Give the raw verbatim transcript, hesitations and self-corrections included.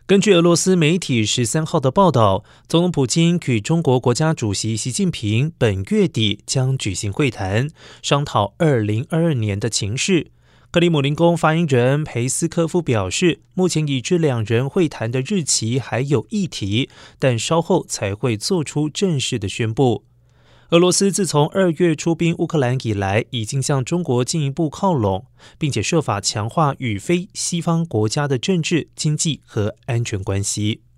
根据俄罗斯媒体十三号的报道，总统普京与中国国家主席习近平本月底将举行会谈，商讨二零二二年的情势。克里姆林宫发言人佩斯科夫表示，目前已知两人会谈的日期还有议题，但稍后才会做出正式的宣布。俄罗斯自从二月出兵乌克兰以来，已经向中国进一步靠拢，并且设法强化与非西方国家的政治、经济和安全关系。